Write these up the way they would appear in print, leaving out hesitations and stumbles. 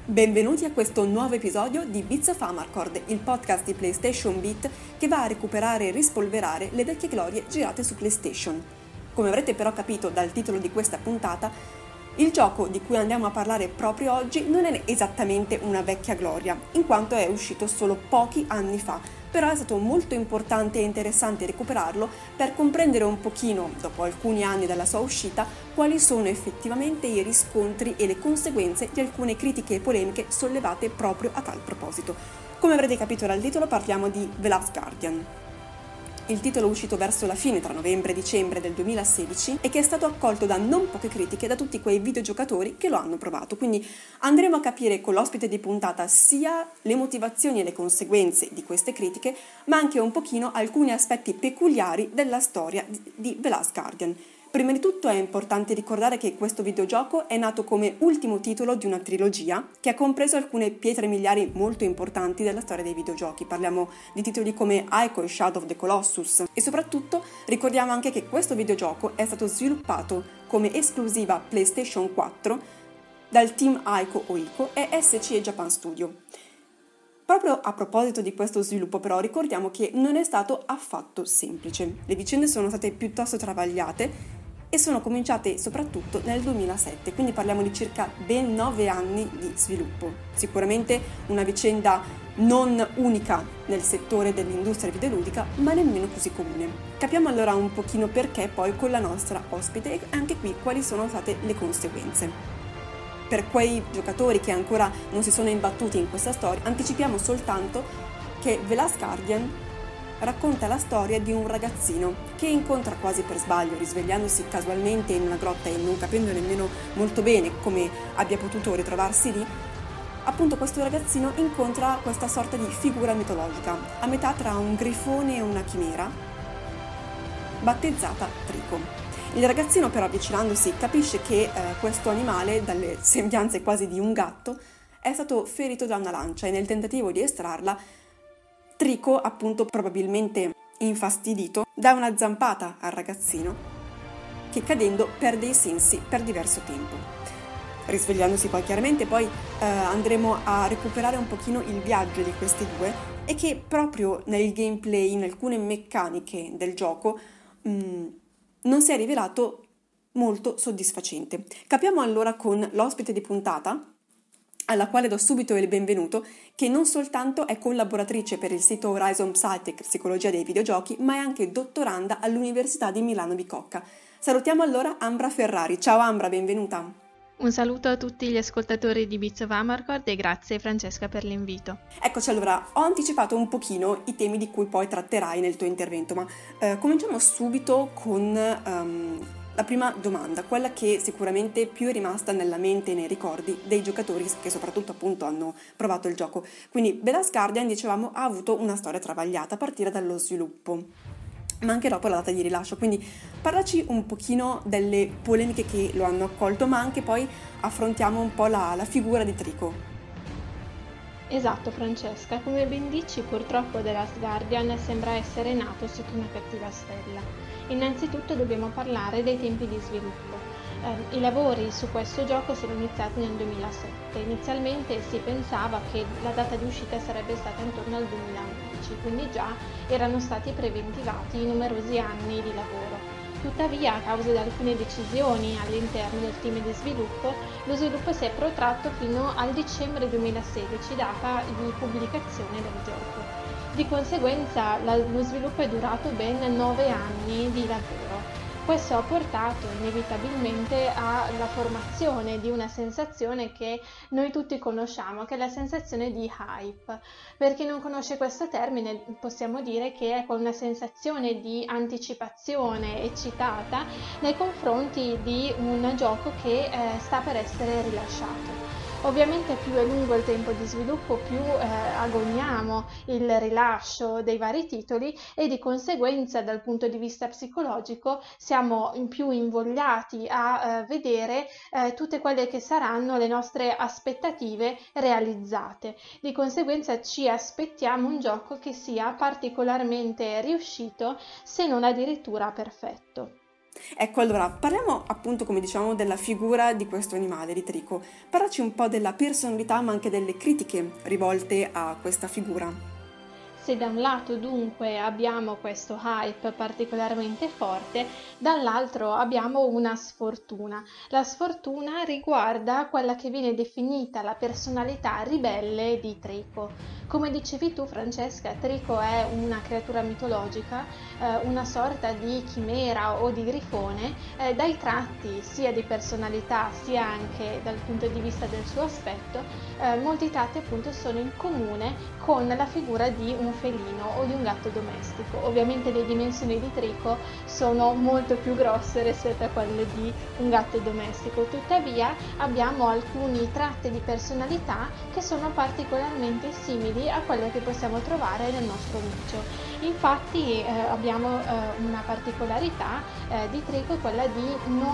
Benvenuti a questo nuovo episodio di Bits of Amarcord, il podcast di PlayStation Beat che va a recuperare e rispolverare le vecchie glorie girate su PlayStation. Come avrete però capito dal titolo di questa puntata, il gioco di cui andiamo a parlare proprio oggi non è esattamente una vecchia gloria, in quanto è uscito solo pochi anni fa, però è stato molto importante e interessante recuperarlo per comprendere un pochino, dopo alcuni anni dalla sua uscita, quali sono effettivamente i riscontri e le conseguenze di alcune critiche e polemiche sollevate proprio a tal proposito. Come avrete capito dal titolo, parliamo di The Last Guardian. Il titolo è uscito verso la fine, tra novembre e dicembre del 2016, e che è stato accolto da non poche critiche da tutti quei videogiocatori che lo hanno provato. Quindi andremo a capire con l'ospite di puntata sia le motivazioni e le conseguenze di queste critiche, ma anche un pochino alcuni aspetti peculiari della storia di The Last Guardian. Prima di tutto è importante ricordare che questo videogioco è nato come ultimo titolo di una trilogia che ha compreso alcune pietre miliari molto importanti della storia dei videogiochi. Parliamo di titoli come Ico e Shadow of the Colossus e soprattutto ricordiamo anche che questo videogioco è stato sviluppato come esclusiva PlayStation 4 dal team Ico o Ico e SCE Japan Studio. Proprio a proposito di questo sviluppo però ricordiamo che non è stato affatto semplice. Le vicende sono state piuttosto travagliate e sono cominciate soprattutto nel 2007, quindi parliamo di circa ben 9 anni di sviluppo. Sicuramente una vicenda non unica nel settore dell'industria videoludica, ma nemmeno così comune. Capiamo allora un pochino perché poi con la nostra ospite e anche qui quali sono state le conseguenze. Per quei giocatori che ancora non si sono imbattuti in questa storia, anticipiamo soltanto che The Last Guardian racconta la storia di un ragazzino che incontra quasi per sbaglio, risvegliandosi casualmente in una grotta e non capendo nemmeno molto bene come abbia potuto ritrovarsi lì. Appunto questo ragazzino incontra questa sorta di figura mitologica, a metà tra un grifone e una chimera, battezzata Trico. Il ragazzino però avvicinandosi capisce che questo animale, dalle sembianze quasi di un gatto, è stato ferito da una lancia e nel tentativo di estrarla, Trico, appunto probabilmente infastidito, dà una zampata al ragazzino che cadendo perde i sensi per diverso tempo. Risvegliandosi poi andremo a recuperare un pochino il viaggio di questi due e che proprio nel gameplay, in alcune meccaniche del gioco, non si è rivelato molto soddisfacente. Capiamo allora con l'ospite di puntata, alla quale do subito il benvenuto, che non soltanto è collaboratrice per il sito Horizon Psychic Psicologia dei videogiochi, ma è anche dottoranda all'Università di Milano Bicocca. Salutiamo allora Ambra Ferrari. Ciao Ambra, benvenuta. Un saluto a tutti gli ascoltatori di Bits of Amarcord e grazie Francesca per l'invito. Eccoci allora, ho anticipato un pochino i temi di cui poi tratterai nel tuo intervento, ma cominciamo subito con la prima domanda, quella che sicuramente più è rimasta nella mente e nei ricordi dei giocatori che soprattutto appunto hanno provato il gioco. Quindi The Last Guardian, dicevamo, ha avuto una storia travagliata a partire dallo sviluppo, ma anche dopo la data di rilascio, quindi parlaci un pochino delle polemiche che lo hanno accolto, ma anche poi affrontiamo un po' la figura di Trico. Esatto Francesca, come ben dici purtroppo The Last Guardian sembra essere nato sotto una cattiva stella. Innanzitutto dobbiamo parlare dei tempi di sviluppo. I lavori su questo gioco sono iniziati nel 2007. Inizialmente si pensava che la data di uscita sarebbe stata intorno al 2011, quindi già erano stati preventivati numerosi anni di lavoro. Tuttavia, a causa di alcune decisioni all'interno del team di sviluppo, lo sviluppo si è protratto fino al dicembre 2016, data di pubblicazione del gioco. Di conseguenza, lo sviluppo è durato ben 9 anni di lavoro. Questo ha portato inevitabilmente alla formazione di una sensazione che noi tutti conosciamo, che è la sensazione di hype. Per chi non conosce questo termine, possiamo dire che è con una sensazione di anticipazione eccitata nei confronti di un gioco che sta per essere rilasciato. Ovviamente più è lungo il tempo di sviluppo, più agogniamo il rilascio dei vari titoli e di conseguenza dal punto di vista psicologico siamo più invogliati a vedere tutte quelle che saranno le nostre aspettative realizzate. Di conseguenza ci aspettiamo un gioco che sia particolarmente riuscito, se non addirittura perfetto. Ecco, allora, parliamo appunto, come diciamo, della figura di questo animale, di Trico. Parlaci un po' della personalità, ma anche delle critiche rivolte a questa figura. Se da un lato dunque abbiamo questo hype particolarmente forte, dall'altro abbiamo una sfortuna. La sfortuna riguarda quella che viene definita la personalità ribelle di Trico. Come dicevi tu, Francesca, Trico è una creatura mitologica, una sorta di chimera o di grifone, dai tratti sia di personalità sia anche dal punto di vista del suo aspetto. Molti tratti appunto sono in comune con la figura di un felino o di un gatto domestico. Ovviamente le dimensioni di Trico sono molto più grosse rispetto a quelle di un gatto domestico, tuttavia abbiamo alcuni tratti di personalità che sono particolarmente simili a quello che possiamo trovare nel nostro micio. Infatti abbiamo una particolarità di Trico, quella di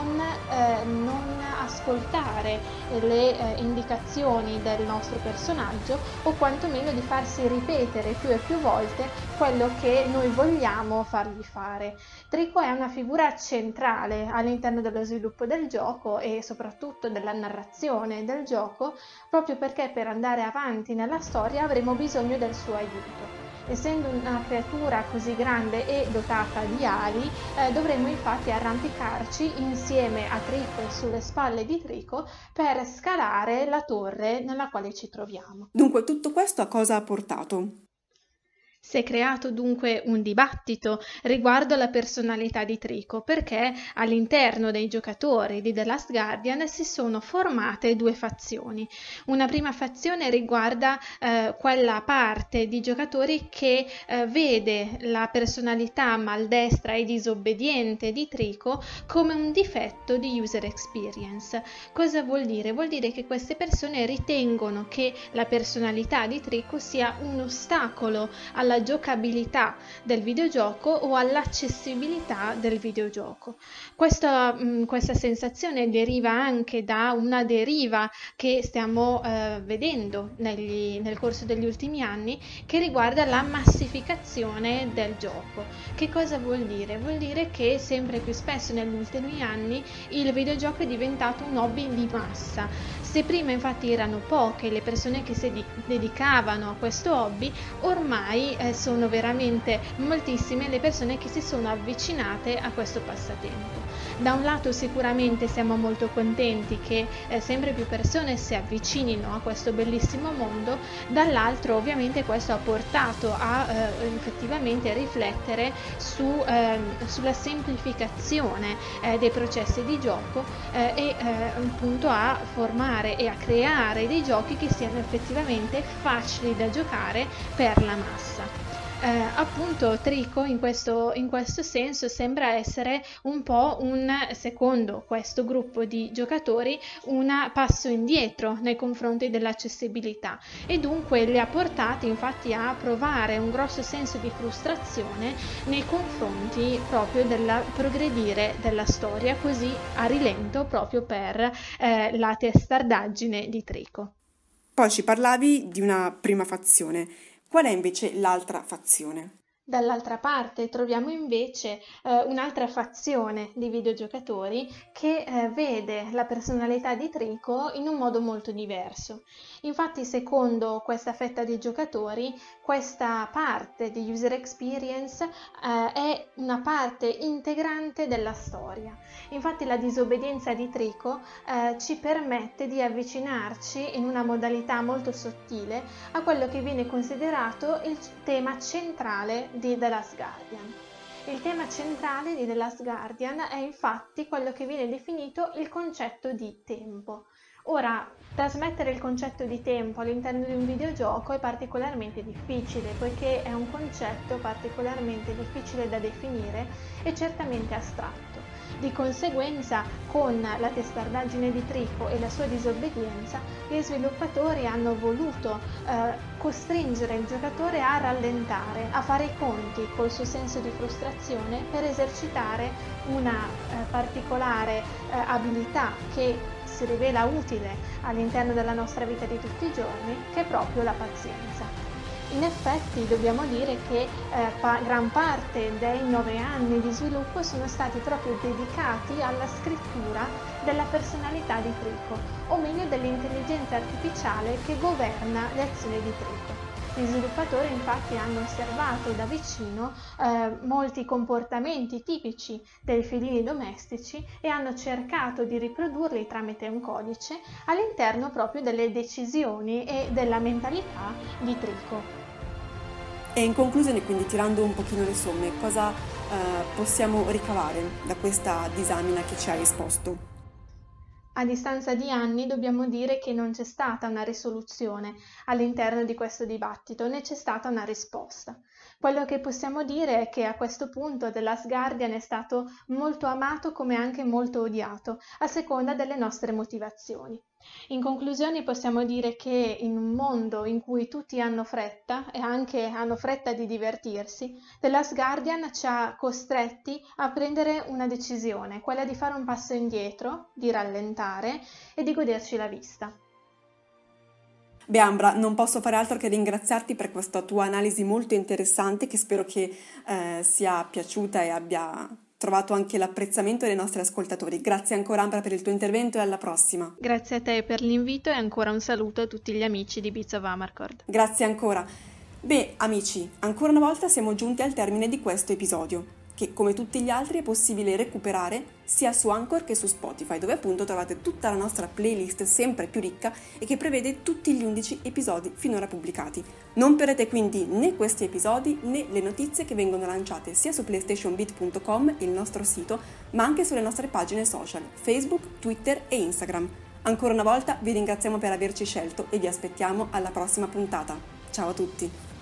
non ascoltare le indicazioni del nostro personaggio, o quantomeno di farsi ripetere più e più volte quello che noi vogliamo fargli fare. Trico è una figura centrale all'interno dello sviluppo del gioco e soprattutto della narrazione del gioco, proprio perché per andare avanti nella storia avremo bisogno del suo aiuto. Essendo una creatura così grande e dotata di ali, dovremmo infatti arrampicarci insieme a Trico e sulle spalle di Trico per scalare la torre nella quale ci troviamo. Dunque, tutto questo a cosa ha portato? Si è creato dunque un dibattito riguardo la personalità di Trico, perché all'interno dei giocatori di The Last Guardian si sono formate due fazioni. Una prima fazione riguarda quella parte di giocatori che vede la personalità maldestra e disobbediente di Trico come un difetto di user experience. Cosa vuol dire? Vuol dire che queste persone ritengono che la personalità di Trico sia un ostacolo alla giocabilità del videogioco o all'accessibilità del videogioco. Questa sensazione deriva anche da una deriva che stiamo vedendo nel corso degli ultimi anni, che riguarda la massificazione del gioco. Che cosa vuol dire? Vuol dire che sempre più spesso negli ultimi anni il videogioco è diventato un hobby di massa. Se prima infatti erano poche le persone che si dedicavano a questo hobby, ormai sono veramente moltissime le persone che si sono avvicinate a questo passatempo. Da un lato sicuramente siamo molto contenti che sempre più persone si avvicinino a questo bellissimo mondo, dall'altro ovviamente questo ha portato a effettivamente riflettere sulla semplificazione dei processi di gioco e appunto a formare e a creare dei giochi che siano effettivamente facili da giocare per la massa. Appunto Trico in questo senso sembra essere un po' secondo questo gruppo di giocatori, un passo indietro nei confronti dell'accessibilità, e dunque li ha portati infatti a provare un grosso senso di frustrazione nei confronti proprio del progredire della storia così a rilento, proprio per la testardaggine di Trico. Poi ci parlavi di una prima fazione. Qual è invece l'altra fazione? Dall'altra parte troviamo invece un'altra fazione di videogiocatori che vede la personalità di Trico in un modo molto diverso. Infatti, secondo questa fetta di giocatori, questa parte di user experience è una parte integrante della storia. Infatti la disobbedienza di Trico ci permette di avvicinarci in una modalità molto sottile a quello che viene considerato il tema centrale di The Last Guardian. Il tema centrale di The Last Guardian è infatti quello che viene definito il concetto di tempo. Ora, trasmettere il concetto di tempo all'interno di un videogioco è particolarmente difficile, poiché è un concetto particolarmente difficile da definire e certamente astratto. Di conseguenza, con la testardaggine di Trico e la sua disobbedienza, gli sviluppatori hanno voluto costringere il giocatore a rallentare, a fare i conti col suo senso di frustrazione per esercitare una particolare abilità che si rivela utile all'interno della nostra vita di tutti i giorni, che è proprio la pazienza. In effetti dobbiamo dire che gran parte dei 9 anni di sviluppo sono stati proprio dedicati alla scrittura della personalità di Trico, o meglio dell'intelligenza artificiale che governa le azioni di Trico. Gli sviluppatori infatti hanno osservato da vicino molti comportamenti tipici dei felini domestici e hanno cercato di riprodurli tramite un codice all'interno proprio delle decisioni e della mentalità di Trico. E in conclusione, quindi tirando un pochino le somme, cosa possiamo ricavare da questa disamina che ci hai esposto? A distanza di anni dobbiamo dire che non c'è stata una risoluzione all'interno di questo dibattito, né c'è stata una risposta. Quello che possiamo dire è che a questo punto The Last Guardian è stato molto amato come anche molto odiato, a seconda delle nostre motivazioni. In conclusione possiamo dire che in un mondo in cui tutti hanno fretta e anche hanno fretta di divertirsi, The Last Guardian ci ha costretti a prendere una decisione, quella di fare un passo indietro, di rallentare e di goderci la vista. Beh Ambra, non posso fare altro che ringraziarti per questa tua analisi molto interessante che spero che sia piaciuta e abbia trovato anche l'apprezzamento dei nostri ascoltatori. Grazie ancora Ambra per il tuo intervento e alla prossima. Grazie a te per l'invito e ancora un saluto a tutti gli amici di Beats of Amarcord. Grazie ancora. Beh amici, ancora una volta siamo giunti al termine di questo episodio, che come tutti gli altri è possibile recuperare sia su Anchor che su Spotify, dove appunto trovate tutta la nostra playlist sempre più ricca e che prevede tutti gli 11 episodi finora pubblicati. Non perdete quindi né questi episodi né le notizie che vengono lanciate sia su playstationbeat.com, il nostro sito, ma anche sulle nostre pagine social, Facebook, Twitter e Instagram. Ancora una volta vi ringraziamo per averci scelto e vi aspettiamo alla prossima puntata. Ciao a tutti!